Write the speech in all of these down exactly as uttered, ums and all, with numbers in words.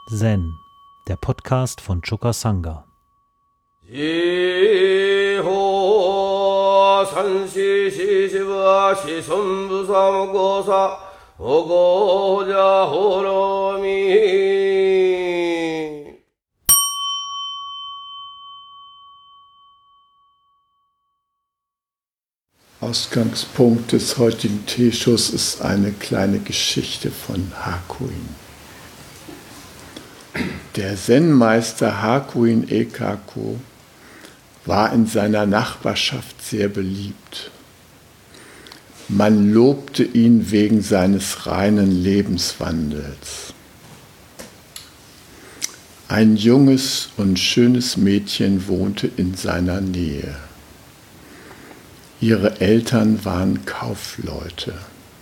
Zen, der Podcast von Choka Sangha. Ausgangspunkt des heutigen Teeschuss ist eine kleine Geschichte von Hakuin. Der Zen-Meister Hakuin Ekaku war in seiner Nachbarschaft sehr beliebt. Man lobte ihn wegen seines reinen Lebenswandels. Ein junges und schönes Mädchen wohnte in seiner Nähe. Ihre Eltern waren Kaufleute.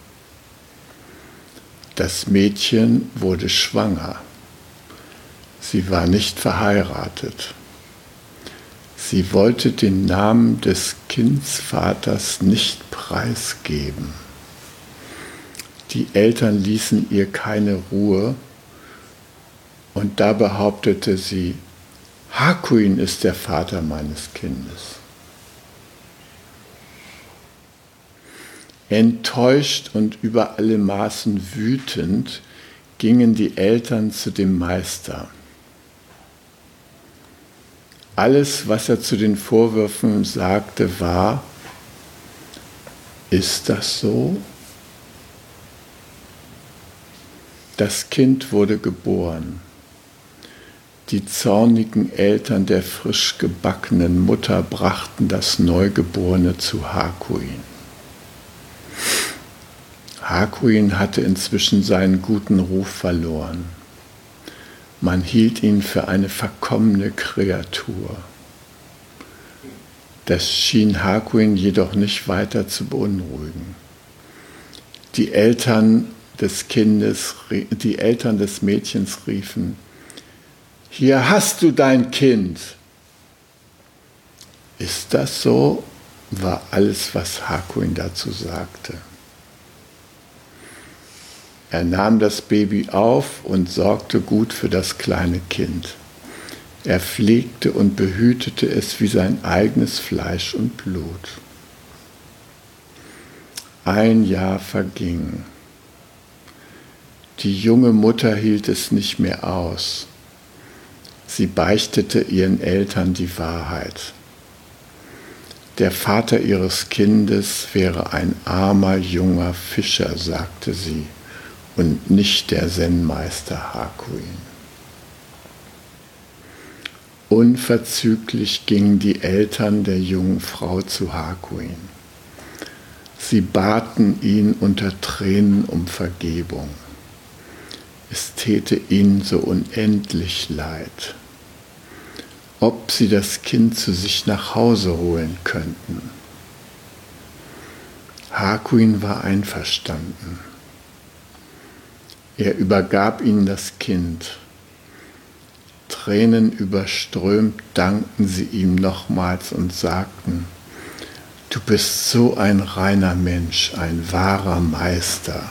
Das Mädchen wurde schwanger. Sie war nicht verheiratet. Sie wollte den Namen des Kindsvaters nicht preisgeben. Die Eltern ließen ihr keine Ruhe und da behauptete sie, Hakuin ist der Vater meines Kindes. Enttäuscht und über alle Maßen wütend gingen die Eltern zu dem Meister. Alles, was er zu den Vorwürfen sagte, war, ist das so? Das Kind wurde geboren. Die zornigen Eltern der frisch gebackenen Mutter brachten das Neugeborene zu Hakuin. Hakuin hatte inzwischen seinen guten Ruf verloren. Man hielt ihn für eine verkommene Kreatur. Das schien Hakuin jedoch nicht weiter zu beunruhigen. Die Eltern des Kindes, die Eltern des Mädchens riefen, hier hast du dein Kind. Ist das so? War alles, was Hakuin dazu sagte. Er nahm das Baby auf und sorgte gut für das kleine Kind. Er pflegte und behütete es wie sein eigenes Fleisch und Blut. Ein Jahr verging. Die junge Mutter hielt es nicht mehr aus. Sie beichtete ihren Eltern die Wahrheit. Der Vater ihres Kindes wäre ein armer junger Fischer, sagte sie, und nicht der Zen-Meister Hakuin. Unverzüglich gingen die Eltern der jungen Frau zu Hakuin. Sie baten ihn unter Tränen um Vergebung. Es täte ihnen so unendlich leid. Ob sie das Kind zu sich nach Hause holen könnten. Hakuin war einverstanden. Er übergab ihnen das Kind. Tränen überströmt dankten sie ihm nochmals und sagten, du bist so ein reiner Mensch, ein wahrer Meister.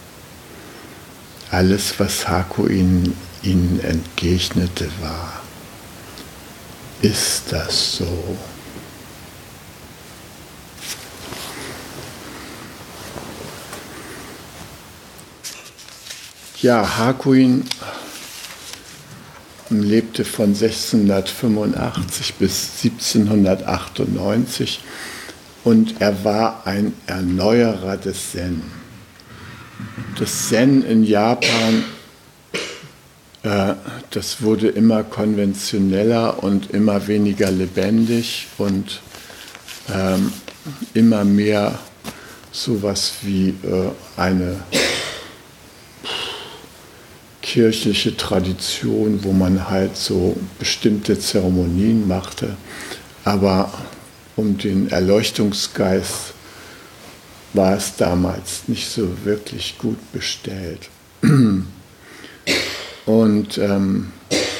Alles, was Hakuin ihnen entgegnete, war, ist das so? Ja, Hakuin lebte von sechzehnhundertfünfundachtzig bis siebzehnhundertachtundneunzig und er war ein Erneuerer des Zen. Das Zen in Japan, äh, das wurde immer konventioneller und immer weniger lebendig und ähm, immer mehr sowas wie äh, eine kirchliche Tradition, wo man halt so bestimmte Zeremonien machte, aber um den Erleuchtungsgeist war es damals nicht so wirklich gut bestellt. Und ähm,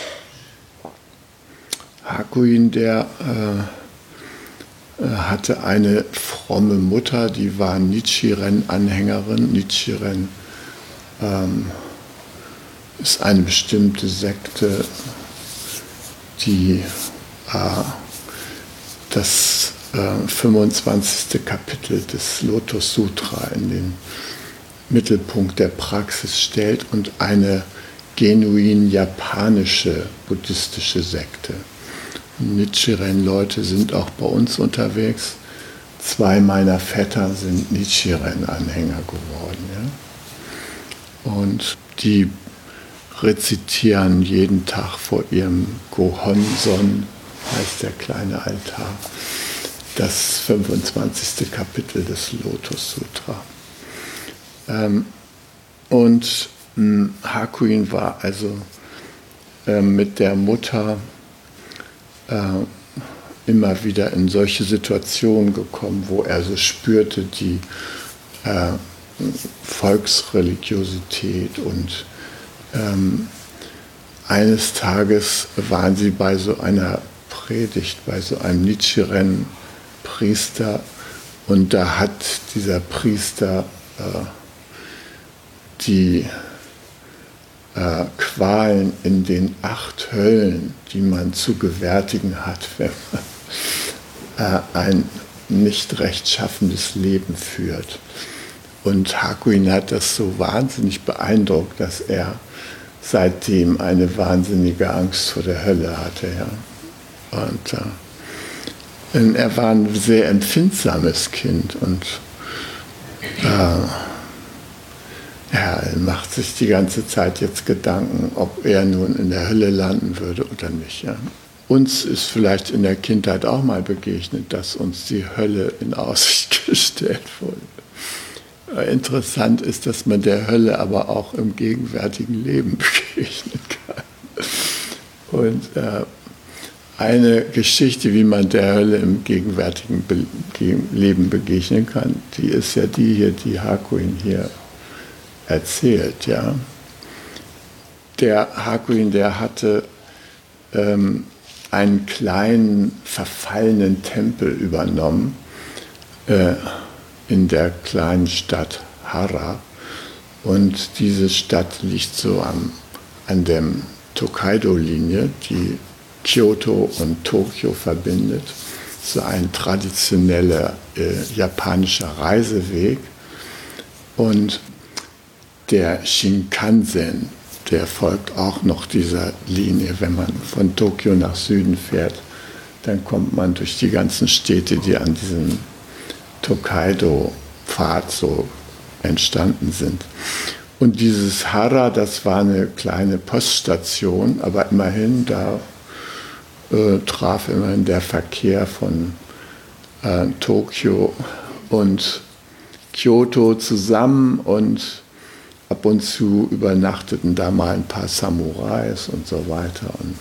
Hakuin, der äh, hatte eine fromme Mutter, die war Nichiren-Anhängerin. Nichiren ähm, ist eine bestimmte Sekte, die äh, das äh, fünfundzwanzigste Kapitel des Lotus Sutra in den Mittelpunkt der Praxis stellt und eine genuin japanische buddhistische Sekte. Nichiren-Leute sind auch bei uns unterwegs. Zwei meiner Vetter sind Nichiren-Anhänger geworden. Ja? Und die rezitieren jeden Tag vor ihrem Gohonson, heißt der kleine Altar, das fünfundzwanzigste Kapitel des Lotus Sutra. Ähm, und mh, Hakuin war also äh, mit der Mutter äh, immer wieder in solche Situationen gekommen, wo er so spürte, die äh, Volksreligiosität. Und ähm, eines Tages waren sie bei so einer Predigt, bei so einem Nichiren-Priester, und da hat dieser Priester äh, die äh, Qualen in den acht Höllen, die man zu gewärtigen hat, wenn man äh, ein nicht rechtschaffendes Leben führt. Und Hakuin hat das so wahnsinnig beeindruckt, dass er seitdem eine wahnsinnige Angst vor der Hölle hatte. Ja. Und äh, er war ein sehr empfindsames Kind und äh, er macht sich die ganze Zeit jetzt Gedanken, ob er nun in der Hölle landen würde oder nicht. Ja. Uns ist vielleicht in der Kindheit auch mal begegnet, dass uns die Hölle in Aussicht gestellt wurde. Interessant ist, dass man der Hölle aber auch im gegenwärtigen Leben begegnen kann. Und äh, eine Geschichte, wie man der Hölle im gegenwärtigen Be- Leben begegnen kann, die ist ja die hier, die Hakuin hier erzählt. Ja. Der Hakuin, der hatte ähm, einen kleinen, verfallenen Tempel übernommen, äh, in der kleinen Stadt Hara. Und diese Stadt liegt so am, an der Tokaido-Linie, die Kyoto und Tokio verbindet. So ein traditioneller äh, japanischer Reiseweg. Und der Shinkansen, der folgt auch noch dieser Linie. Wenn man von Tokio nach Süden fährt, dann kommt man durch die ganzen Städte, die an diesem Tokaido-Pfad so entstanden sind. Und dieses Hara, das war eine kleine Poststation, aber immerhin, da äh, traf immerhin der Verkehr von äh, Tokio und Kyoto zusammen, und ab und zu übernachteten da mal ein paar Samurais und so weiter. Und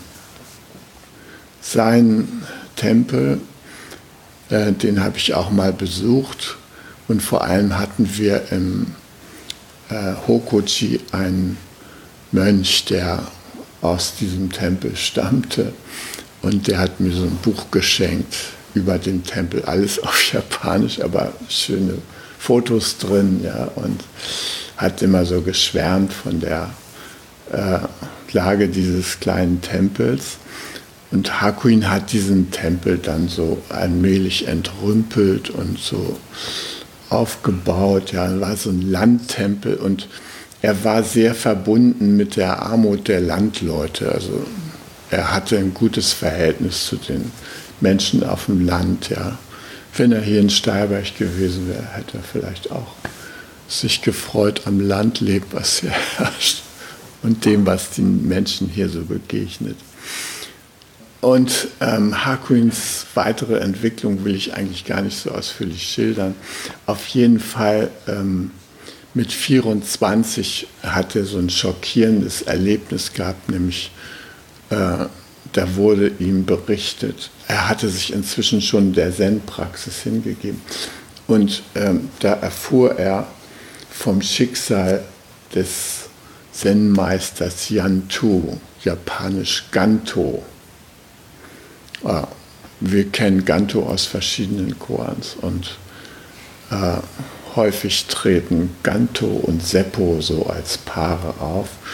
sein Tempel, den habe ich auch mal besucht, und vor allem hatten wir im äh, Hokoji einen Mönch, der aus diesem Tempel stammte, und der hat mir so ein Buch geschenkt über den Tempel, alles auf Japanisch, aber schöne Fotos drin, ja, und hat immer so geschwärmt von der äh, Lage dieses kleinen Tempels. Und Hakuin hat diesen Tempel dann so allmählich entrümpelt und so aufgebaut. Ja, war so ein Landtempel, und er war sehr verbunden mit der Armut der Landleute. Also er hatte ein gutes Verhältnis zu den Menschen auf dem Land. Ja. Wenn er hier in Steinberg gewesen wäre, hätte er vielleicht auch sich gefreut am Landleben, was hier herrscht, und dem, was den Menschen hier so begegnet. Und ähm, Hakuins weitere Entwicklung will ich eigentlich gar nicht so ausführlich schildern. Auf jeden Fall ähm, mit vierundzwanzig hat er so ein schockierendes Erlebnis gehabt, nämlich äh, da wurde ihm berichtet, er hatte sich inzwischen schon der Zen-Praxis hingegeben, und ähm, da erfuhr er vom Schicksal des Zen-Meisters Yantu, japanisch Ganto. Ah, wir kennen Ganto aus verschiedenen Koans, und äh, häufig treten Ganto und Seppo so als Paare auf.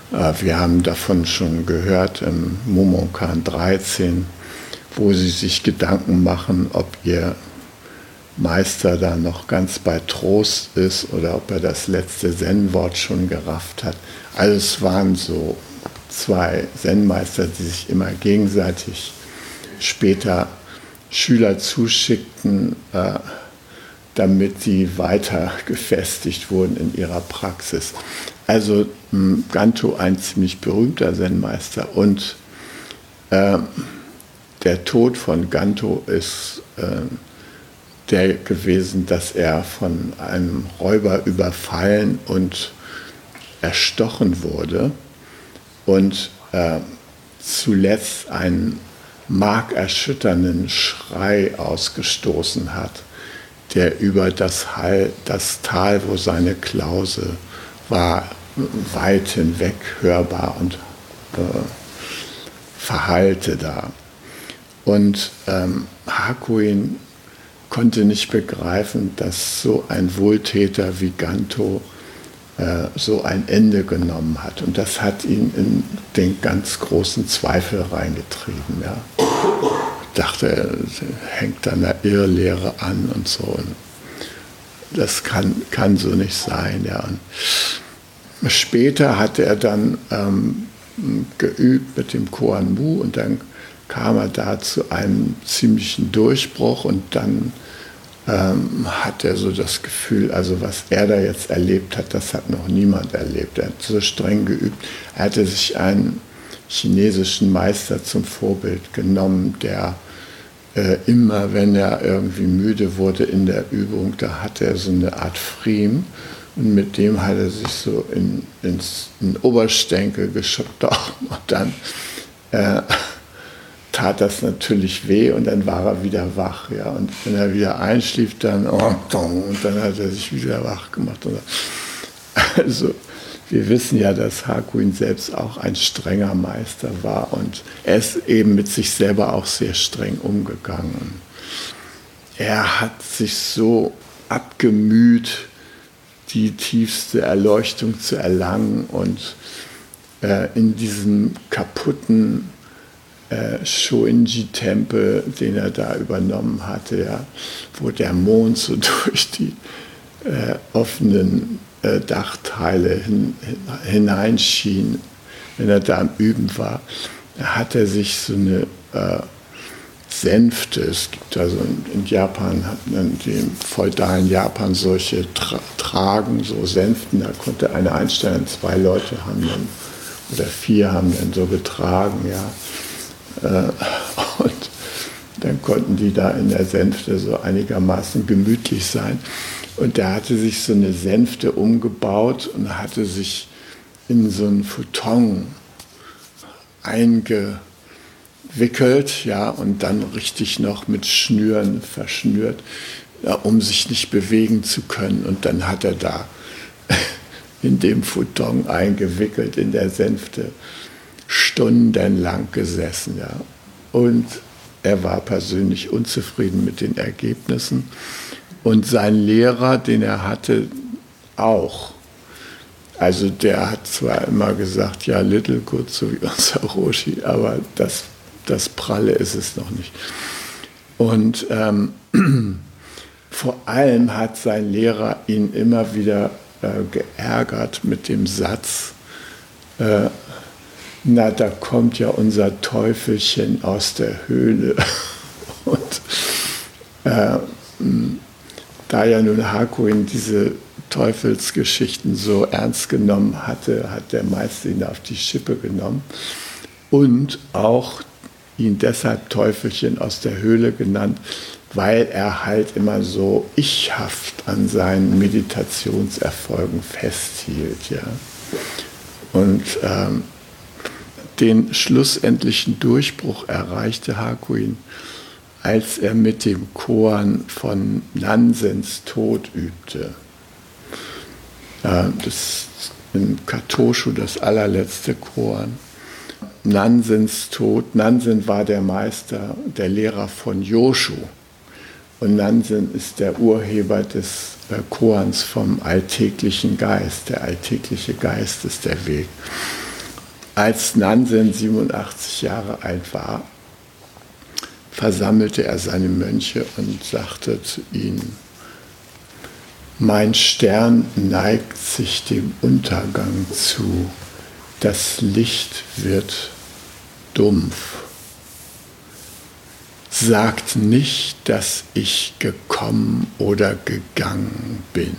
Wir haben davon schon gehört im Momonkan dreizehn, wo sie sich Gedanken machen, ob ihr Meister da noch ganz bei Trost ist oder ob er das letzte Zen-Wort schon gerafft hat. Also es waren so zwei Zen-Meister, die sich immer gegenseitig später Schüler zuschickten, äh, damit die weiter gefestigt wurden in ihrer Praxis. Also mh, Ganto, ein ziemlich berühmter Zen-Meister, und äh, der Tod von Ganto ist äh, der gewesen, dass er von einem Räuber überfallen und erstochen wurde und äh, zuletzt einen markerschütternden Schrei ausgestoßen hat, der über das, Hall, das Tal, wo seine Klause war, weit hinweg hörbar und äh, verhallte da. Und ähm, Hakuin konnte nicht begreifen, dass so ein Wohltäter wie Ganto äh, so ein Ende genommen hat. Und das hat ihn in den ganz großen Zweifel reingetrieben. Ja. Ich dachte, er hängt an der Irrlehre an und so. Und das kann, kann so nicht sein. Ja. Und später hat er dann ähm, geübt mit dem Koan Mu, und dann kam er da zu einem ziemlichen Durchbruch, und dann ähm, hat er so das Gefühl, also was er da jetzt erlebt hat, das hat noch niemand erlebt. Er hat so streng geübt. Er hatte sich einen chinesischen Meister zum Vorbild genommen, der äh, immer, wenn er irgendwie müde wurde in der Übung, da hatte er so eine Art Friem, und mit dem hat er sich so in, ins in Oberschenkel gestochen, und dann äh, tat das natürlich weh, und dann war er wieder wach. Ja. Und wenn er wieder einschlief, dann oh, und dann hat er sich wieder wach gemacht. Also wir wissen ja, dass Hakuin selbst auch ein strenger Meister war, und er ist eben mit sich selber auch sehr streng umgegangen. Er hat sich so abgemüht, die tiefste Erleuchtung zu erlangen, und äh, in diesem kaputten Äh, Shōinji-Tempel, den er da übernommen hatte, ja, wo der Mond so durch die äh, offenen äh, Dachteile hin, hin, hineinschien, wenn er da am Üben war, da hat er sich so eine äh, Sänfte, es gibt also in, in Japan, hat man im feudalen Japan solche Tra- Tragen, so Sänften, da konnte einer einstellen, zwei Leute haben dann, oder vier haben dann so getragen, ja. Und dann konnten die da in der Sänfte so einigermaßen gemütlich sein. Und der hatte sich so eine Sänfte umgebaut und hatte sich in so einen Futon eingewickelt, ja, und dann richtig noch mit Schnüren verschnürt, ja, um sich nicht bewegen zu können. Und dann hat er da in dem Futon eingewickelt, in der Sänfte, stundenlang gesessen, ja. Und er war persönlich unzufrieden mit den Ergebnissen. Und sein Lehrer, den er hatte, auch. Also der hat zwar immer gesagt, ja, little good, so wie unser Roshi, aber das, das Pralle ist es noch nicht. Und ähm, vor allem hat sein Lehrer ihn immer wieder äh, geärgert mit dem Satz, äh, na, da kommt ja unser Teufelchen aus der Höhle. Und äh, da ja nun Hakuin diese Teufelsgeschichten so ernst genommen hatte, hat der Meister ihn auf die Schippe genommen und auch ihn deshalb Teufelchen aus der Höhle genannt, weil er halt immer so ichhaft an seinen Meditationserfolgen festhielt. Ja. Und ähm, den schlussendlichen Durchbruch erreichte Hakuin, als er mit dem Koan von Nansens Tod übte. Das ist in Katoshu das allerletzte Koan. Nansens Tod. Nansen war der Meister, der Lehrer von Yoshu. Und Nansen ist der Urheber des Koans vom alltäglichen Geist. Der alltägliche Geist ist der Weg. Als Nansen siebenundachtzig Jahre alt war, versammelte er seine Mönche und sagte zu ihnen: Mein Stern neigt sich dem Untergang zu, das Licht wird dumpf. Sagt nicht, dass ich gekommen oder gegangen bin.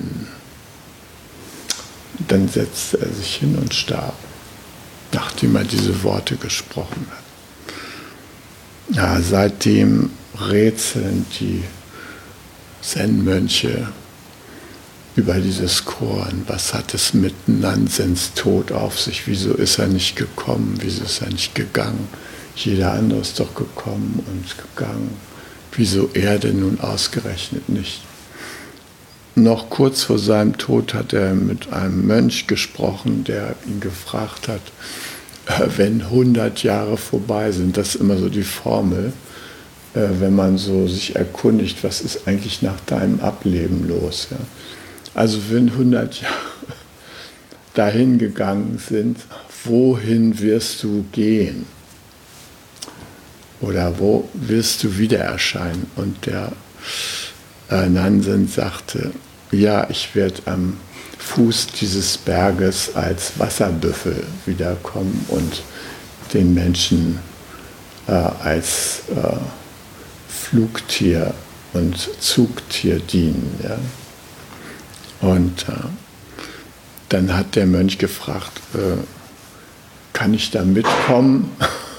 Dann setzte er sich hin und starb, nachdem er diese Worte gesprochen hat. Ja, seitdem rätseln die Zen-Mönche über dieses Koan. Was hat es mit Nansens Tod auf sich? Wieso ist er nicht gekommen? Wieso ist er nicht gegangen? Jeder andere ist doch gekommen und gegangen. Wieso er denn nun ausgerechnet nicht? Noch kurz vor seinem Tod hat er mit einem Mönch gesprochen, der ihn gefragt hat, wenn hundert Jahre vorbei sind, das ist immer so die Formel, wenn man so sich erkundigt, was ist eigentlich nach deinem Ableben los. Ja? Also wenn hundert Jahre dahin gegangen sind, wohin wirst du gehen? Oder wo wirst du wieder erscheinen? Und der äh, Nansen sagte, ja, ich werde am Fuß dieses Berges als Wasserbüffel wiederkommen und den Menschen äh, als äh, Flugtier und Zugtier dienen. Ja? Und äh, dann hat der Mönch gefragt, äh, kann ich da mitkommen?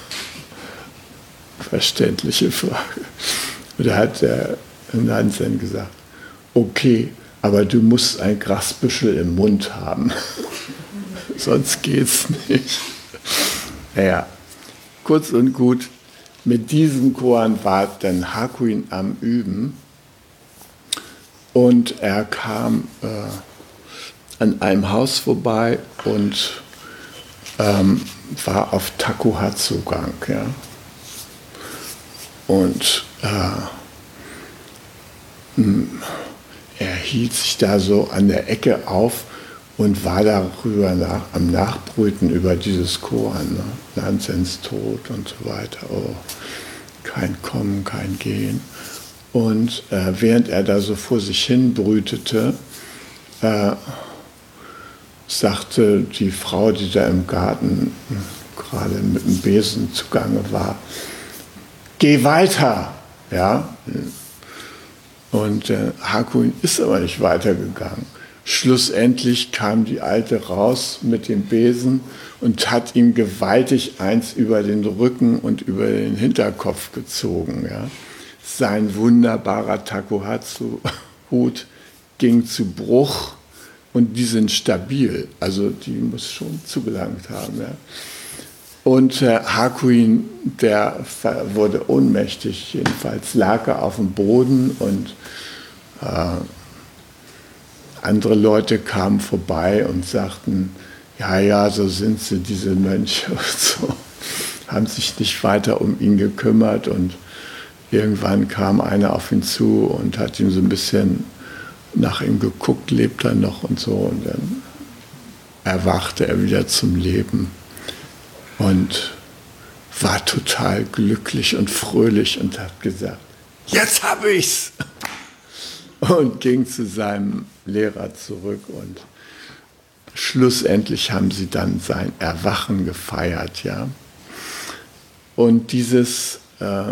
Verständliche Frage. Und da hat der Nansen gesagt, okay, aber du musst ein Grasbüschel im Mund haben, sonst geht's nicht. Naja, kurz und gut, mit diesem Koan war dann Hakuin am Üben und er kam äh, an einem Haus vorbei und ähm, war auf Takuhatsu-Gang, ja. Und äh, er hielt sich da so an der Ecke auf und war darüber nach, am Nachbrüten über dieses Koan, ne? Nansens Tod und so weiter. Oh, kein Kommen, kein Gehen. Und äh, während er da so vor sich hin brütete, äh, sagte die Frau, die da im Garten gerade mit dem Besen zugange war, geh weiter, ja. Und äh, Hakuin ist aber nicht weitergegangen. Schlussendlich kam die Alte raus mit dem Besen und hat ihm gewaltig eins über den Rücken und über den Hinterkopf gezogen. Ja. Sein wunderbarer Takuhatsu-Hut ging zu Bruch und die sind stabil. Also die muss schon zugelangt haben. Ja. Und äh, Hakuin, der wurde ohnmächtig, jedenfalls lag er auf dem Boden und äh, andere Leute kamen vorbei und sagten, ja, ja, so sind sie, diese Mönche und so, haben sich nicht weiter um ihn gekümmert und irgendwann kam einer auf ihn zu und hat ihm so ein bisschen nach ihm geguckt, lebt er noch und so und dann erwachte er wieder zum Leben. Und war total glücklich und fröhlich und hat gesagt, jetzt habe ich's! Und ging zu seinem Lehrer zurück und schlussendlich haben sie dann sein Erwachen gefeiert, ja. Und dieses äh,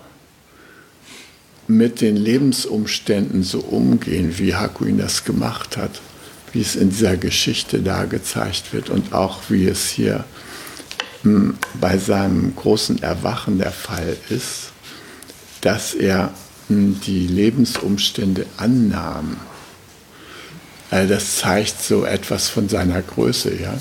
mit den Lebensumständen so umgehen, wie Hakuin das gemacht hat, wie es in dieser Geschichte da gezeigt wird und auch wie es hier bei seinem großen Erwachen der Fall ist, dass er die Lebensumstände annahm. Also das zeigt so etwas von seiner Größe. Ja?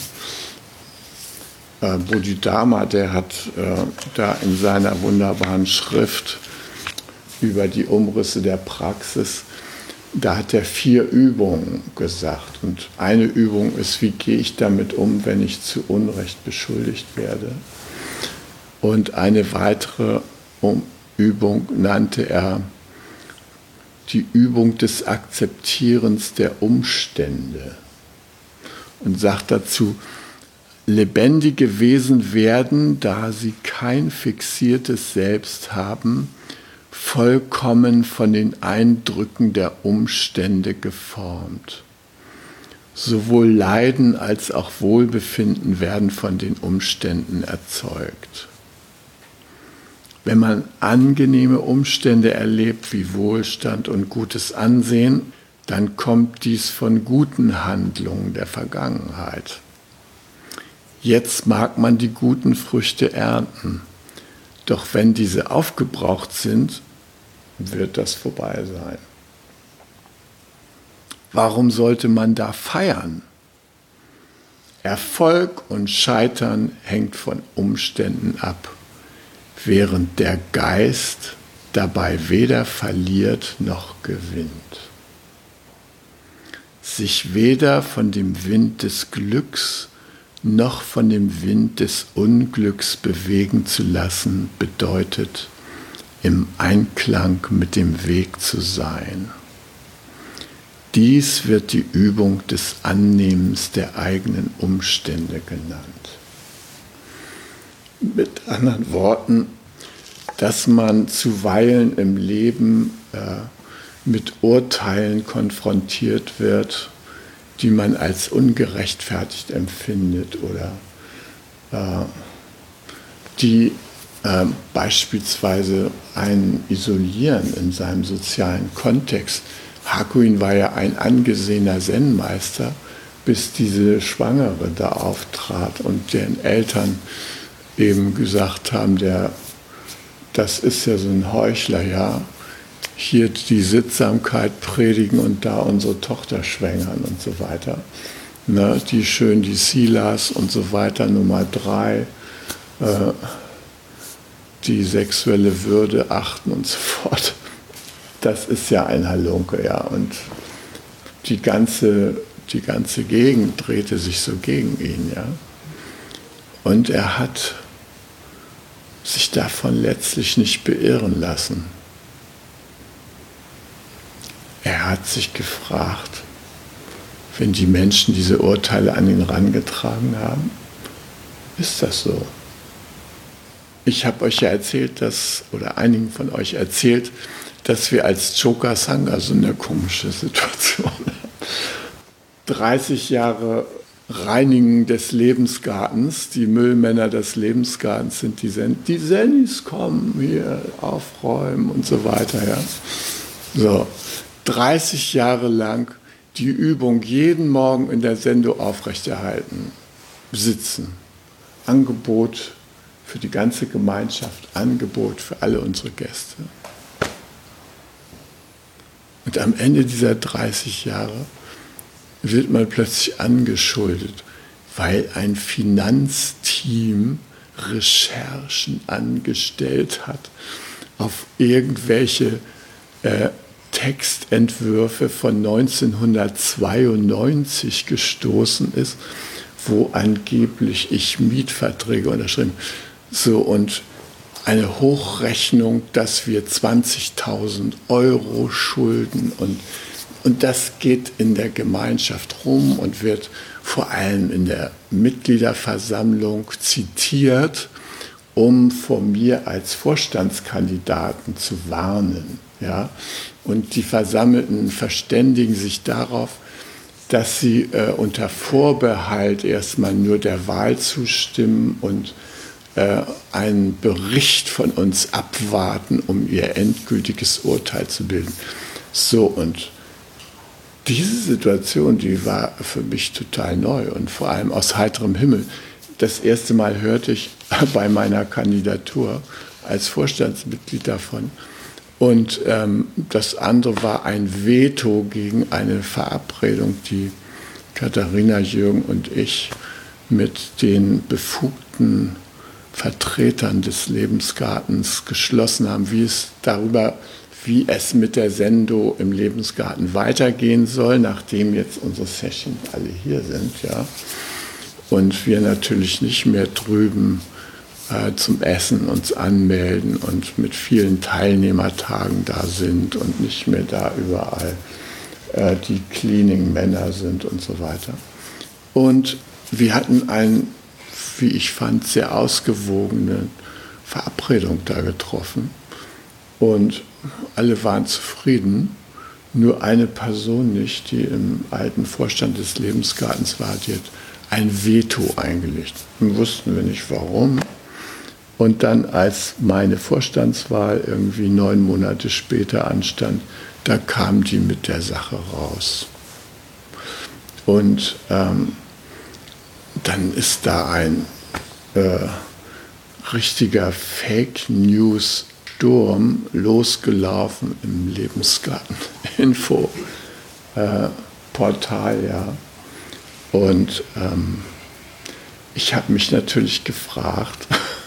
Bodhidharma, der hat äh, da in seiner wunderbaren Schrift über die Umrisse der Praxis, da hat er vier Übungen gesagt. Und eine Übung ist, wie gehe ich damit um, wenn ich zu Unrecht beschuldigt werde. Und eine weitere Übung nannte er die Übung des Akzeptierens der Umstände. Und sagt dazu, lebendige Wesen werden, da sie kein fixiertes Selbst haben, vollkommen von den Eindrücken der Umstände geformt. Sowohl Leiden als auch Wohlbefinden werden von den Umständen erzeugt. Wenn man angenehme Umstände erlebt, wie Wohlstand und gutes Ansehen, dann kommt dies von guten Handlungen der Vergangenheit. Jetzt mag man die guten Früchte ernten, doch wenn diese aufgebraucht sind, wird das vorbei sein. Warum sollte man da feiern? Erfolg und Scheitern hängt von Umständen ab, während der Geist dabei weder verliert noch gewinnt. Sich weder von dem Wind des Glücks noch von dem Wind des Unglücks bewegen zu lassen, bedeutet, im Einklang mit dem Weg zu sein. Dies wird die Übung des Annehmens der eigenen Umstände genannt. Mit anderen Worten, dass man zuweilen im Leben äh, mit Urteilen konfrontiert wird, die man als ungerechtfertigt empfindet oder äh, die äh, beispielsweise einen isolieren in seinem sozialen Kontext. Hakuin war ja ein angesehener Zen-Meister, bis diese Schwangere da auftrat und deren Eltern eben gesagt haben, der, das ist ja so ein Heuchler, ja, hier die Sittsamkeit predigen und da unsere Tochter schwängern und so weiter. Ne, die schön die Silas und so weiter, Nummer drei, äh, die sexuelle Würde achten und so fort. Das ist ja ein Halunke, ja. Und die ganze, die ganze Gegend drehte sich so gegen ihn, ja. Und er hat sich davon letztlich nicht beirren lassen. Er hat sich gefragt, wenn die Menschen diese Urteile an ihn herangetragen haben, ist das so? Ich habe euch ja erzählt, dass, oder einigen von euch erzählt, dass wir als Choka Sangha so eine komische Situation haben. dreißig Jahre Reinigen des Lebensgartens, die Müllmänner des Lebensgartens sind die Zen, die Zenis kommen hier, aufräumen und so weiter. Ja. So, dreißig Jahre lang die Übung jeden Morgen in der Sendo aufrechterhalten, sitzen, Angebot für die ganze Gemeinschaft, Angebot für alle unsere Gäste. Und am Ende dieser dreißig Jahre wird man plötzlich angeschuldet, weil ein Finanzteam Recherchen angestellt hat, auf irgendwelche äh, Textentwürfe von neunzehnhundertzweiundneunzig gestoßen ist, wo angeblich ich Mietverträge unterschrieben. So, und eine Hochrechnung, dass wir zwanzigtausend Euro schulden und, und das geht in der Gemeinschaft rum und wird vor allem in der Mitgliederversammlung zitiert, um vor mir als Vorstandskandidaten zu warnen. Ja? Und die Versammelten verständigen sich darauf, dass sie äh, unter Vorbehalt erstmal nur der Wahl zustimmen und äh, einen Bericht von uns abwarten, um ihr endgültiges Urteil zu bilden. So, und diese Situation, die war für mich total neu und vor allem aus heiterem Himmel. Das erste Mal hörte ich bei meiner Kandidatur als Vorstandsmitglied davon. Und ähm, das andere war ein Veto gegen eine Verabredung, die Katharina, Jürgen und ich mit den befugten Vertretern des Lebensgartens geschlossen haben, wie es darüber, wie es mit der Sendo im Lebensgarten weitergehen soll, nachdem jetzt unsere Sessions alle hier sind, ja. Und wir natürlich nicht mehr drüben äh, zum Essen uns anmelden und mit vielen Teilnehmertagen da sind und nicht mehr da überall äh, die Cleaning-Männer sind und so weiter. Und wir hatten ein wie ich fand, sehr ausgewogene Verabredung da getroffen. Und alle waren zufrieden. Nur eine Person nicht, die im alten Vorstand des Lebensgartens war, die hat ein Veto eingelegt. Und wussten wir nicht warum. Und dann, als meine Vorstandswahl irgendwie neun Monate später anstand, da kam die mit der Sache raus. Und ähm, dann ist da ein äh, richtiger Fake-News-Sturm losgelaufen im Lebensgarten-Info-Portal, äh, ja. Und ähm, ich habe mich natürlich gefragt,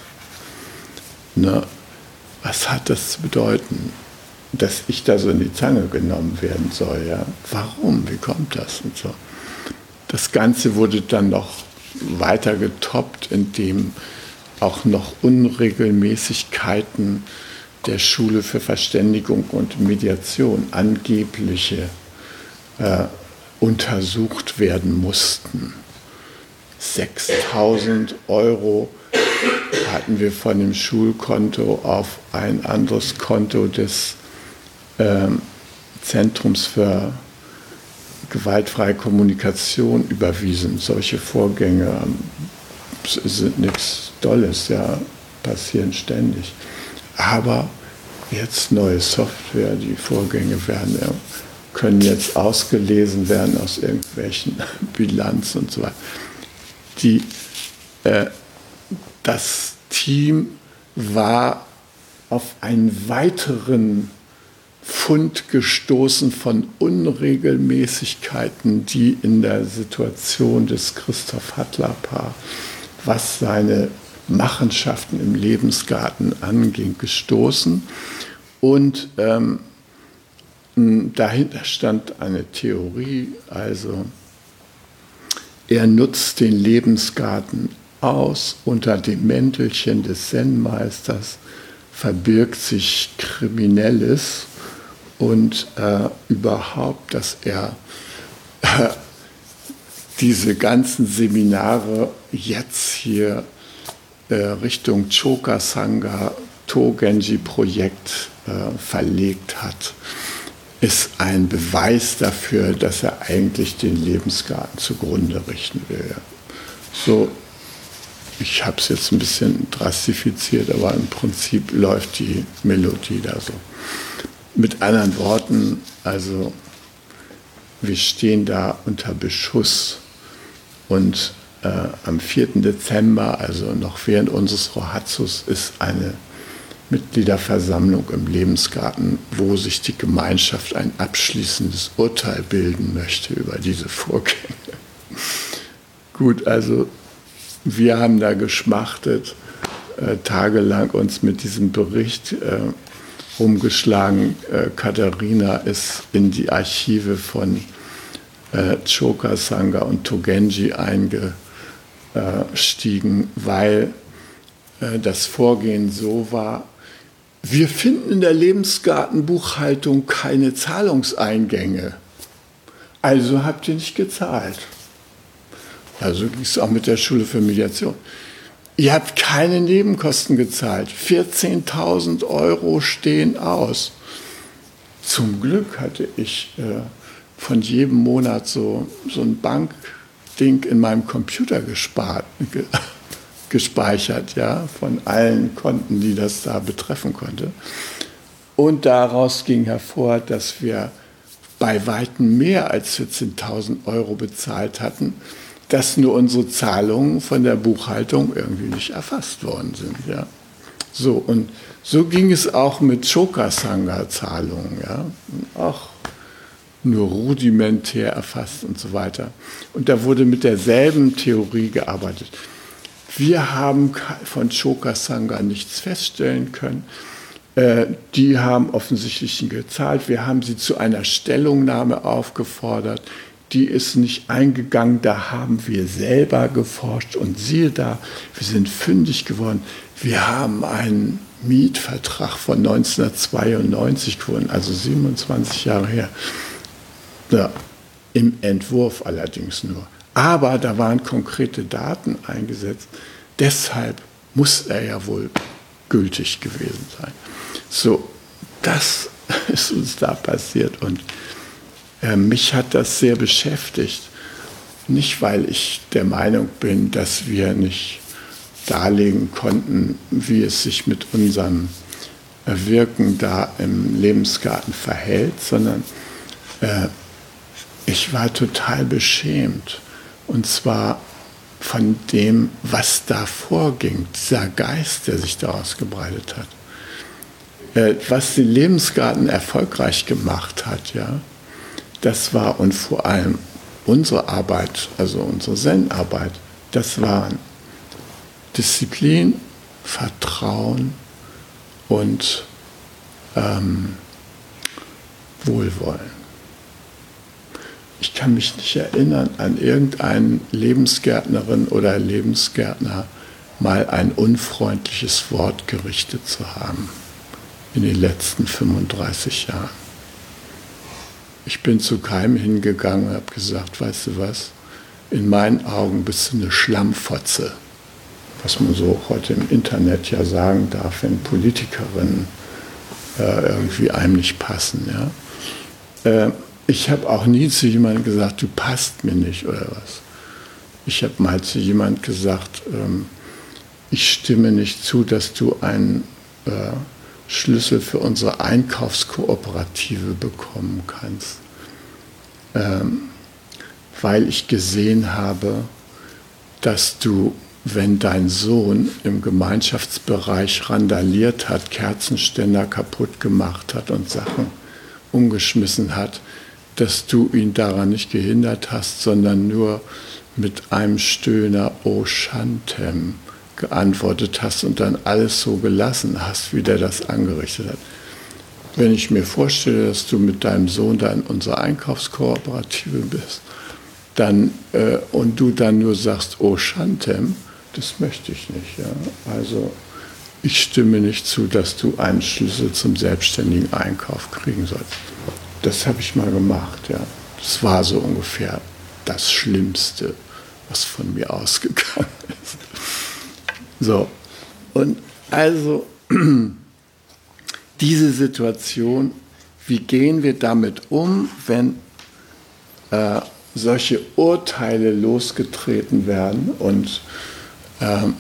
ne, was hat das zu bedeuten, dass ich da so in die Zange genommen werden soll, ja? Warum? Wie kommt das? Und so. Das Ganze wurde dann noch weiter getoppt, indem auch noch Unregelmäßigkeiten der Schule für Verständigung und Mediation, angebliche, äh, untersucht werden mussten. sechstausend Euro hatten wir von dem Schulkonto auf ein anderes Konto des äh, Zentrums für gewaltfreie Kommunikation überwiesen. Solche Vorgänge sind nichts Dolles, ja, passieren ständig. Aber jetzt neue Software, die Vorgänge werden, ja, können jetzt ausgelesen werden aus irgendwelchen Bilanzen und so weiter. Die, äh, das Team war auf einen weiteren Fund gestoßen von Unregelmäßigkeiten, die in der Situation des Christoph Hattler-Paar, was seine Machenschaften im Lebensgarten anging, gestoßen. Und ähm, dahinter stand eine Theorie, also er nutzt den Lebensgarten aus, unter dem Mäntelchen des Zen-Meisters verbirgt sich Kriminelles und äh, überhaupt, dass er äh, diese ganzen Seminare jetzt hier äh, Richtung Choka Sangha To-Genji-Projekt äh, verlegt hat, ist ein Beweis dafür, dass er eigentlich den Lebensgarten zugrunde richten will. So, ich habe es jetzt ein bisschen drastifiziert, aber im Prinzip läuft die Melodie da so. Mit anderen Worten, also wir stehen da unter Beschuss und äh, am vierten Dezember, also noch während unseres Rohatsus, ist eine Mitgliederversammlung im Lebensgarten, wo sich die Gemeinschaft ein abschließendes Urteil bilden möchte über diese Vorgänge. Gut, also wir haben da geschmachtet, äh, tagelang uns mit diesem Bericht äh, rumgeschlagen. Äh, Katharina ist in die Archive von äh, Choka Sangha und To-Genji eingestiegen, weil äh, das Vorgehen so war: Wir finden in der Lebensgartenbuchhaltung keine Zahlungseingänge. Also habt ihr nicht gezahlt. Also ging es auch mit der Schule für Mediation. Ihr habt keine Nebenkosten gezahlt. vierzehntausend Euro stehen aus. Zum Glück hatte ich äh, von jedem Monat so, so ein Bankding in meinem Computer gespart, ge, gespeichert, ja, von allen Konten, die das da betreffen konnte. Und daraus ging hervor, dass wir bei weitem mehr als vierzehntausend Euro bezahlt hatten, dass nur unsere Zahlungen von der Buchhaltung irgendwie nicht erfasst worden sind. Ja. So, und so ging es auch mit Choka Sangha-Zahlungen, ja. Auch nur rudimentär erfasst und so weiter. Und da wurde mit derselben Theorie gearbeitet. Wir haben von Choka Sangha nichts feststellen können. Äh, die haben offensichtlich gezahlt. Wir haben sie zu einer Stellungnahme aufgefordert. Die ist nicht eingegangen, da haben wir selber geforscht und siehe da, wir sind fündig geworden. Wir haben einen Mietvertrag von neunzehnhundertzweiundneunzig gewonnen, also siebenundzwanzig Jahre her. Ja, im Entwurf allerdings nur. Aber da waren konkrete Daten eingesetzt, deshalb muss er ja wohl gültig gewesen sein. So, das ist uns da passiert und äh, mich hat das sehr beschäftigt. Nicht, weil ich der Meinung bin, dass wir nicht darlegen konnten, wie es sich mit unserem Wirken da im Lebensgarten verhält, sondern äh, ich war total beschämt. Und zwar von dem, was da vorging, dieser Geist, der sich daraus gebreitet hat. Äh, was den Lebensgarten erfolgreich gemacht hat, ja, das war und vor allem unsere Arbeit, also unsere Zen-Arbeit, das waren Disziplin, Vertrauen und ähm, Wohlwollen. Ich kann mich nicht erinnern, an irgendeinen Lebensgärtnerin oder Lebensgärtner mal ein unfreundliches Wort gerichtet zu haben in den letzten fünfunddreißig Jahren. Ich bin zu keinem hingegangen und habe gesagt, weißt du was, in meinen Augen bist du eine Schlammfotze. Was man so heute im Internet ja sagen darf, wenn Politikerinnen äh, irgendwie einem nicht passen. Ja? Äh, ich habe auch nie zu jemandem gesagt, du passt mir nicht oder was. Ich habe mal zu jemandem gesagt, ähm, ich stimme nicht zu, dass du einen äh, Schlüssel für unsere Einkaufskooperative bekommen kannst, ähm, weil ich gesehen habe, dass du, wenn dein Sohn im Gemeinschaftsbereich randaliert hat, Kerzenständer kaputt gemacht hat und Sachen umgeschmissen hat, dass du ihn daran nicht gehindert hast, sondern nur mit einem Stöhner "O Shantem" geantwortet hast und dann alles so gelassen hast, wie der das angerichtet hat. Wenn ich mir vorstelle, dass du mit deinem Sohn da in unserer Einkaufskooperative bist, dann, äh, und du dann nur sagst "O Shantem", das möchte ich nicht. Ja? Also ich stimme nicht zu, dass du einen Schlüssel zum selbstständigen Einkauf kriegen sollst. Das habe ich mal gemacht. Ja. Das war so ungefähr das Schlimmste, was von mir ausgegangen ist. So, und also diese Situation, wie gehen wir damit um, wenn äh, solche Urteile losgetreten werden und ähm,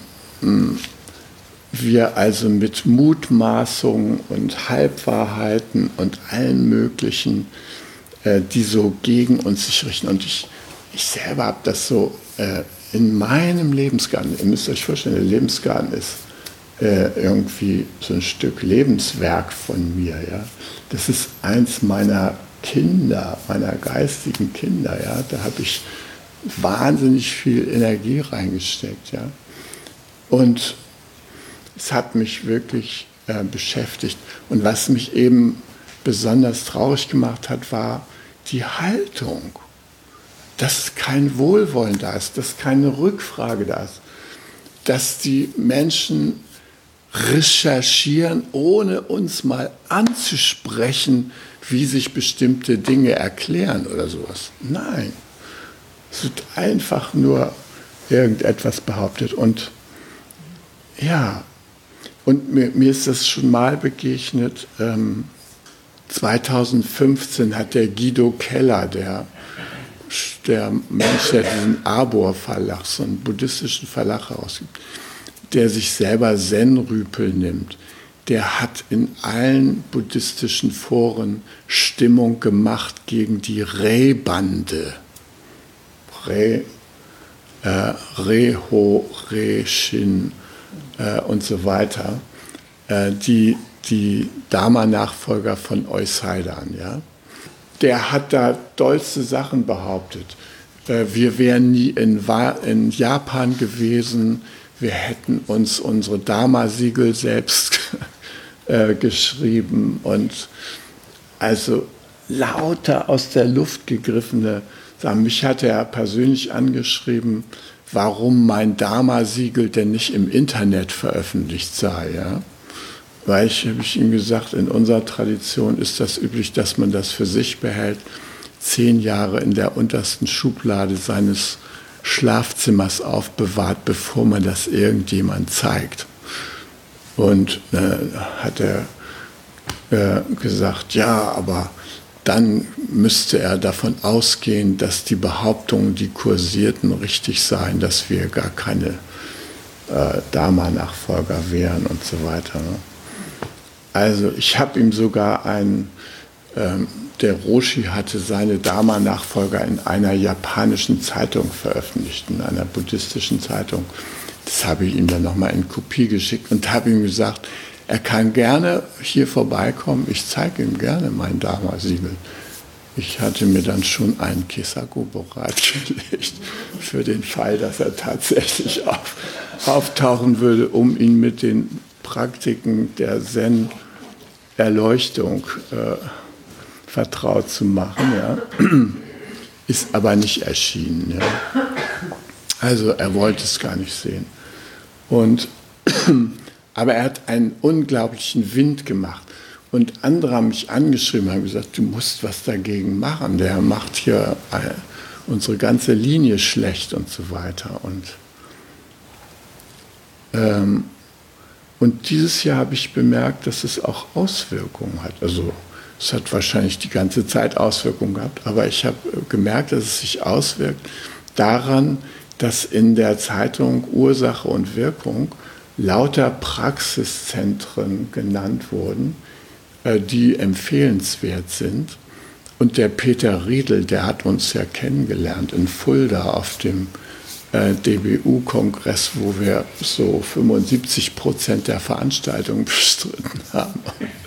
wir also mit Mutmaßungen und Halbwahrheiten und allen möglichen, äh, die so gegen uns sich richten. Und ich, ich selber habe das so äh, in meinem Lebensgarten, ihr müsst euch vorstellen, der Lebensgarten ist äh, irgendwie so ein Stück Lebenswerk von mir. Ja? Das ist eins meiner Kinder, meiner geistigen Kinder. Ja? Da habe ich wahnsinnig viel Energie reingesteckt. Ja? Und es hat mich wirklich äh, beschäftigt. Und was mich eben besonders traurig gemacht hat, war die Haltung. Dass kein Wohlwollen da ist, dass keine Rückfrage da ist. Dass die Menschen recherchieren, ohne uns mal anzusprechen, wie sich bestimmte Dinge erklären oder sowas. Nein, es wird einfach nur irgendetwas behauptet. Und ja, und mir, mir ist das schon mal begegnet. Ähm, zweitausendfünfzehn hat der Guido Keller, der, der Mensch, der diesen Arbor-Verlag, so einen buddhistischen Verlag herausgibt, der sich selber Zen-Rüpel nimmt, der hat in allen buddhistischen Foren Stimmung gemacht gegen die Re-Bande. Re, äh, Reho, Re-Shin äh, und so weiter, äh, die, die Dharma-Nachfolger von Eusaidan. Ja? Der hat da dollste Sachen behauptet. Äh, wir wären nie in, in Japan gewesen, wir hätten uns unsere Dharma-Siegel selbst äh, geschrieben und also lauter aus der Luft gegriffene Sachen. Mich hat er persönlich angeschrieben, warum mein Dharma-Siegel denn nicht im Internet veröffentlicht sei. Ja? Weil ich, habe ich ihm gesagt, in unserer Tradition ist das üblich, dass man das für sich behält, zehn Jahre in der untersten Schublade seines Schlafzimmers aufbewahrt, bevor man das irgendjemand zeigt. Und äh, hat er äh, gesagt, ja, aber dann müsste er davon ausgehen, dass die Behauptungen, die kursierten, richtig seien, dass wir gar keine äh, Dharma-Nachfolger wären und so weiter. Ne? Also ich habe ihm sogar ein, ähm, der Roshi hatte seine Dharma-Nachfolger in einer japanischen Zeitung veröffentlicht, in einer buddhistischen Zeitung. Das habe ich ihm dann nochmal in Kopie geschickt und habe ihm gesagt, er kann gerne hier vorbeikommen, ich zeige ihm gerne mein Dharma-Siegel. Ich hatte mir dann schon einen Kesago bereitgelegt für den Fall, dass er tatsächlich auf, auftauchen würde, um ihn mit den Praktiken der Zen-Erleuchtung äh, vertraut zu machen. Ja. Ist aber nicht erschienen. Ja. Also er wollte es gar nicht sehen. Und aber er hat einen unglaublichen Wind gemacht. Und andere haben mich angeschrieben, haben gesagt, du musst was dagegen machen. Der macht hier unsere ganze Linie schlecht und so weiter. Und, ähm, und dieses Jahr habe ich bemerkt, dass es auch Auswirkungen hat. Also es hat wahrscheinlich die ganze Zeit Auswirkungen gehabt, aber ich habe gemerkt, dass es sich auswirkt daran, dass in der Zeitung Ursache und Wirkung lauter Praxiszentren genannt wurden, die empfehlenswert sind. Und der Peter Riedel, der hat uns ja kennengelernt in Fulda auf dem D B U-Kongress, wo wir so fünfundsiebzig Prozent der Veranstaltung bestritten haben.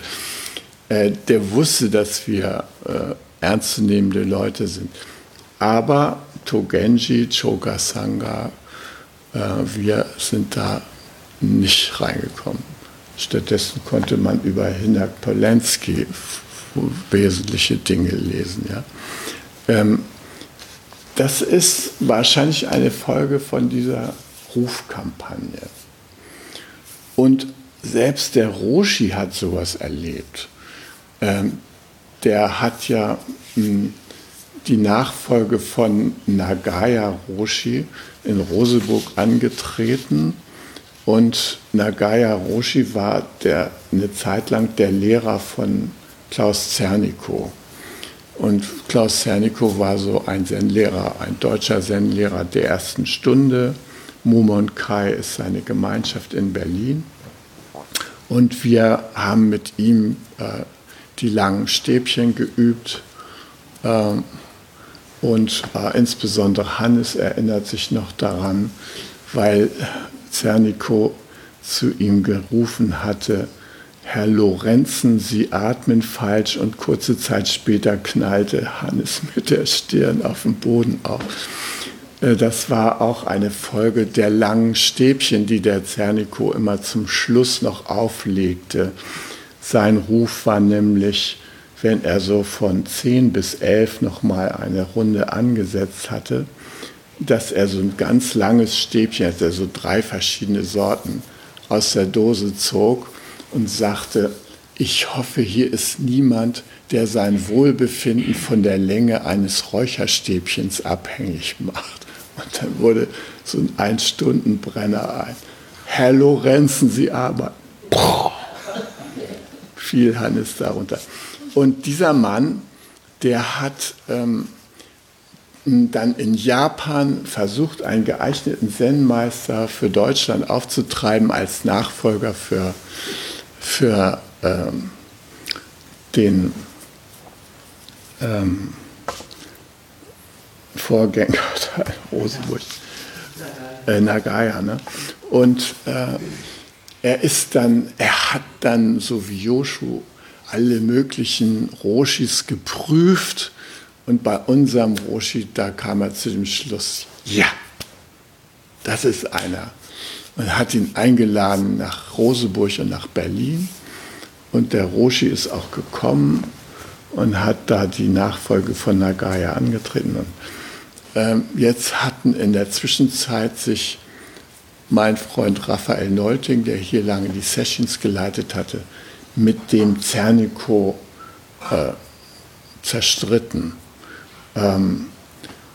Der wusste, dass wir ernstzunehmende Leute sind. Aber Togenji, Choka Sangha, wir sind da nicht reingekommen. Stattdessen konnte man über Hinak Polensky wesentliche Dinge lesen. Ja. Ähm, das ist wahrscheinlich eine Folge von dieser Rufkampagne. Und selbst der Roshi hat sowas erlebt. Ähm, der hat ja mh, die Nachfolge von Nagaya Roshi in Roseburg angetreten. Und Nagaya Roshi war der, eine Zeit lang der Lehrer von Klaus Zernikow. Und Klaus Zernikow war so ein Zen-Lehrer, ein deutscher Zen-Lehrer der ersten Stunde. Mumon Kai ist seine Gemeinschaft in Berlin. Und wir haben mit ihm äh, die langen Stäbchen geübt. Äh, und äh, insbesondere Hannes erinnert sich noch daran, weil Zernikow zu ihm gerufen hatte, Herr Lorenzen, Sie atmen falsch, und kurze Zeit später knallte Hannes mit der Stirn auf den Boden auf. Das war auch eine Folge der langen Stäbchen, die der Zernikow immer zum Schluss noch auflegte. Sein Ruf war nämlich, wenn er so von zehn bis elf nochmal eine Runde angesetzt hatte, dass er so ein ganz langes Stäbchen, dass er so drei verschiedene Sorten aus der Dose zog und sagte, ich hoffe, hier ist niemand, der sein Wohlbefinden von der Länge eines Räucherstäbchens abhängig macht. Und dann wurde so ein Ein-Stunden-Brenner ein. Herr Lorenzen, Sie arbeiten. Fiel Hannes darunter. Und dieser Mann, der hat ähm, dann in Japan versucht, einen geeigneten Zen-Meister für Deutschland aufzutreiben als Nachfolger für, für ähm, den ähm, Vorgänger Rosenburg, äh, Nagaya. Ne? Und äh, er ist dann, er hat dann so wie Joshu alle möglichen Roshis geprüft. Und bei unserem Roshi, da kam er zu dem Schluss, ja, das ist einer. Man hat ihn eingeladen nach Roseburg und nach Berlin. Und der Roshi ist auch gekommen und hat da die Nachfolge von Nagaya angetreten. Und ähm, jetzt hatten in der Zwischenzeit sich mein Freund Raphael Nolting, der hier lange die Sessions geleitet hatte, mit dem Zernikow äh, zerstritten. Ähm,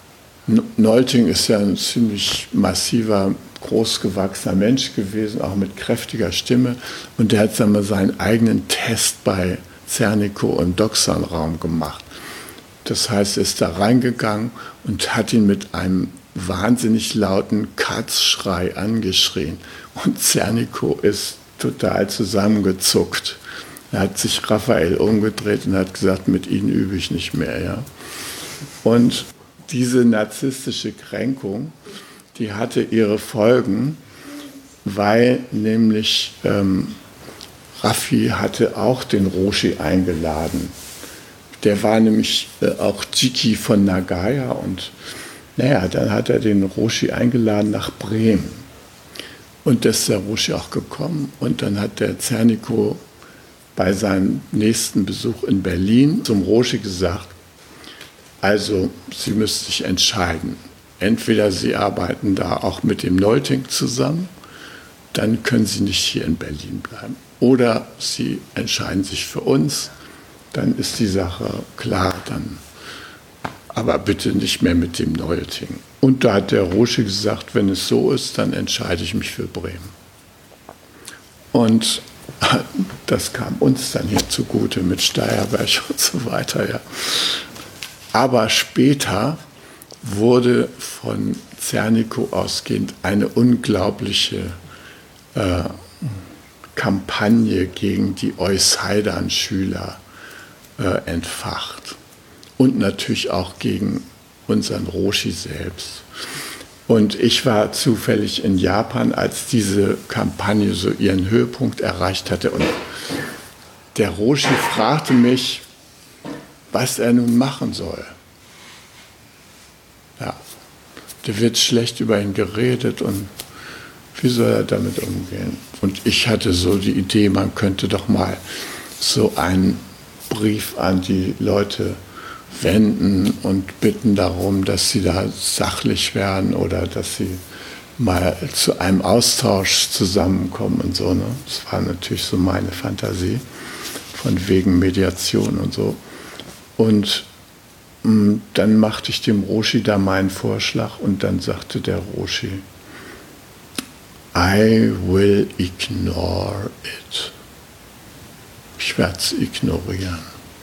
Nolting ist ja ein ziemlich massiver, großgewachsener Mensch gewesen, auch mit kräftiger Stimme. Und der hat, sagen wir, seinen eigenen Test bei Zernikow im Doxon-Raum gemacht. Das heißt, er ist da reingegangen und hat ihn mit einem wahnsinnig lauten Katzschrei angeschrien. Und Zernikow ist total zusammengezuckt. Er hat sich Raphael umgedreht und hat gesagt, mit Ihnen übe ich nicht mehr. Ja? Und diese narzisstische Kränkung, die hatte ihre Folgen, weil nämlich ähm, Raffi hatte auch den Roshi eingeladen. Der war nämlich äh, auch Jiki von Nagaya und naja, dann hat er den Roshi eingeladen nach Bremen. Und das ist der Roshi auch gekommen und dann hat der Zernikow bei seinem nächsten Besuch in Berlin zum Roshi gesagt, also Sie müssen sich entscheiden. Entweder Sie arbeiten da auch mit dem Nolting zusammen, dann können Sie nicht hier in Berlin bleiben. Oder Sie entscheiden sich für uns, dann ist die Sache klar, dann, aber bitte nicht mehr mit dem Nolting. Und da hat der Roshi gesagt, wenn es so ist, dann entscheide ich mich für Bremen. Und das kam uns dann hier zugute mit Steyerberg und so weiter. Ja. Aber später wurde von Zernikow ausgehend eine unglaubliche äh, Kampagne gegen die Eushaidan-Schüler äh, entfacht. Und natürlich auch gegen unseren Roshi selbst. Und ich war zufällig in Japan, als diese Kampagne so ihren Höhepunkt erreicht hatte. Und der Roshi fragte mich, was er nun machen soll. Ja, da wird schlecht über ihn geredet und wie soll er damit umgehen? Und ich hatte so die Idee, man könnte doch mal so einen Brief an die Leute wenden und bitten darum, dass sie da sachlich werden oder dass sie mal zu einem Austausch zusammenkommen und so. Ne? Das war natürlich so meine Fantasie, von wegen Mediation und so. Und mh, dann machte ich dem Roshi da meinen Vorschlag und dann sagte der Roshi, I will ignore it. Ich werde es ignorieren.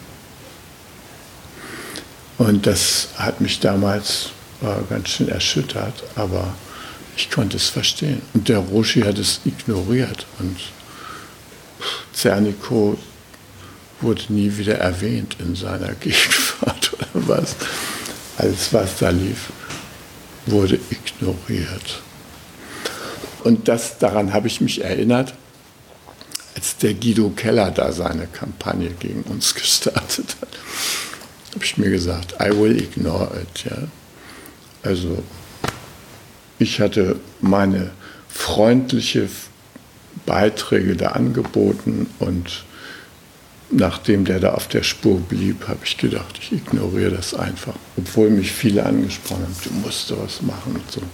Und das hat mich damals äh, ganz schön erschüttert, aber ich konnte es verstehen. Und der Roshi hat es ignoriert und Zernikow wurde nie wieder erwähnt in seiner Gegenwart oder was. Alles, was da lief, wurde ignoriert. Und das, daran habe ich mich erinnert, als der Guido Keller da seine Kampagne gegen uns gestartet hat. Habe ich mir gesagt, I will ignore it. Ja? Also ich hatte meine freundliche Beiträge da angeboten und nachdem der da auf der Spur blieb, habe ich gedacht, ich ignoriere das einfach. Obwohl mich viele angesprochen haben, du musst sowas machen und so.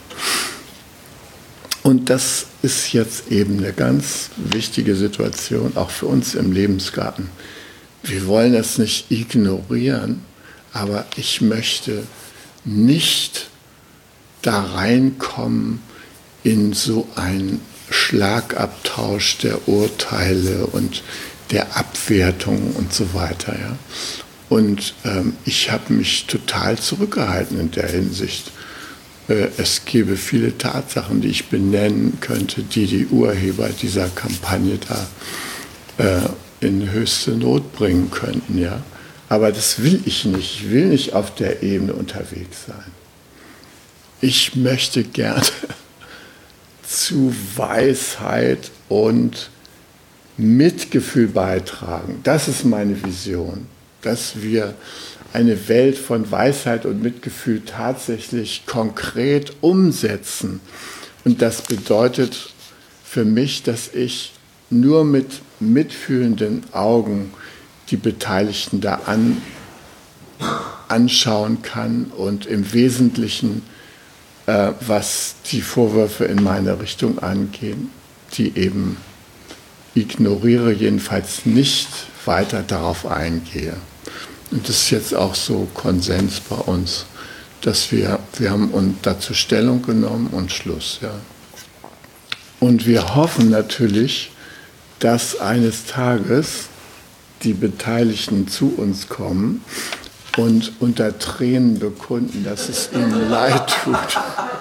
Und das ist jetzt eben eine ganz wichtige Situation, auch für uns im Lebensgarten. Wir wollen das nicht ignorieren, aber ich möchte nicht da reinkommen in so einen Schlagabtausch der Urteile und der Abwertung und so weiter. Ja. Und ähm, ich habe mich total zurückgehalten in der Hinsicht. Äh, es gäbe viele Tatsachen, die ich benennen könnte, die die Urheber dieser Kampagne da äh, in höchste Not bringen könnten. Ja. Aber das will ich nicht. Ich will nicht auf der Ebene unterwegs sein. Ich möchte gerne zu Weisheit und Mitgefühl beitragen. Das ist meine Vision, dass wir eine Welt von Weisheit und Mitgefühl tatsächlich konkret umsetzen. Und das bedeutet für mich, dass ich nur mit mitfühlenden Augen die Beteiligten da an, anschauen kann und im Wesentlichen, äh, was die Vorwürfe in meine Richtung angehen, die eben ignoriere, jedenfalls nicht weiter darauf eingehe. Und das ist jetzt auch so Konsens bei uns, dass wir, wir haben uns dazu Stellung genommen und Schluss. Ja. Und wir hoffen natürlich, dass eines Tages die Beteiligten zu uns kommen und unter Tränen bekunden, dass es ihnen leid tut,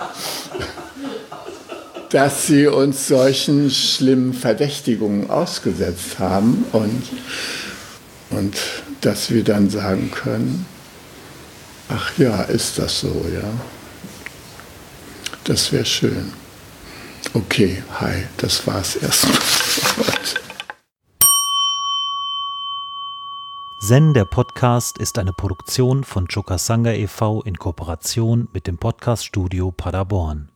dass sie uns solchen schlimmen Verdächtigungen ausgesetzt haben und, und dass wir dann sagen können, ach ja, ist das so, ja. Das wäre schön. Okay, hi, das war's erstmal. Zen, der Podcast, ist eine Produktion von Chokasanga e V in Kooperation mit dem Podcast-Studio Paderborn.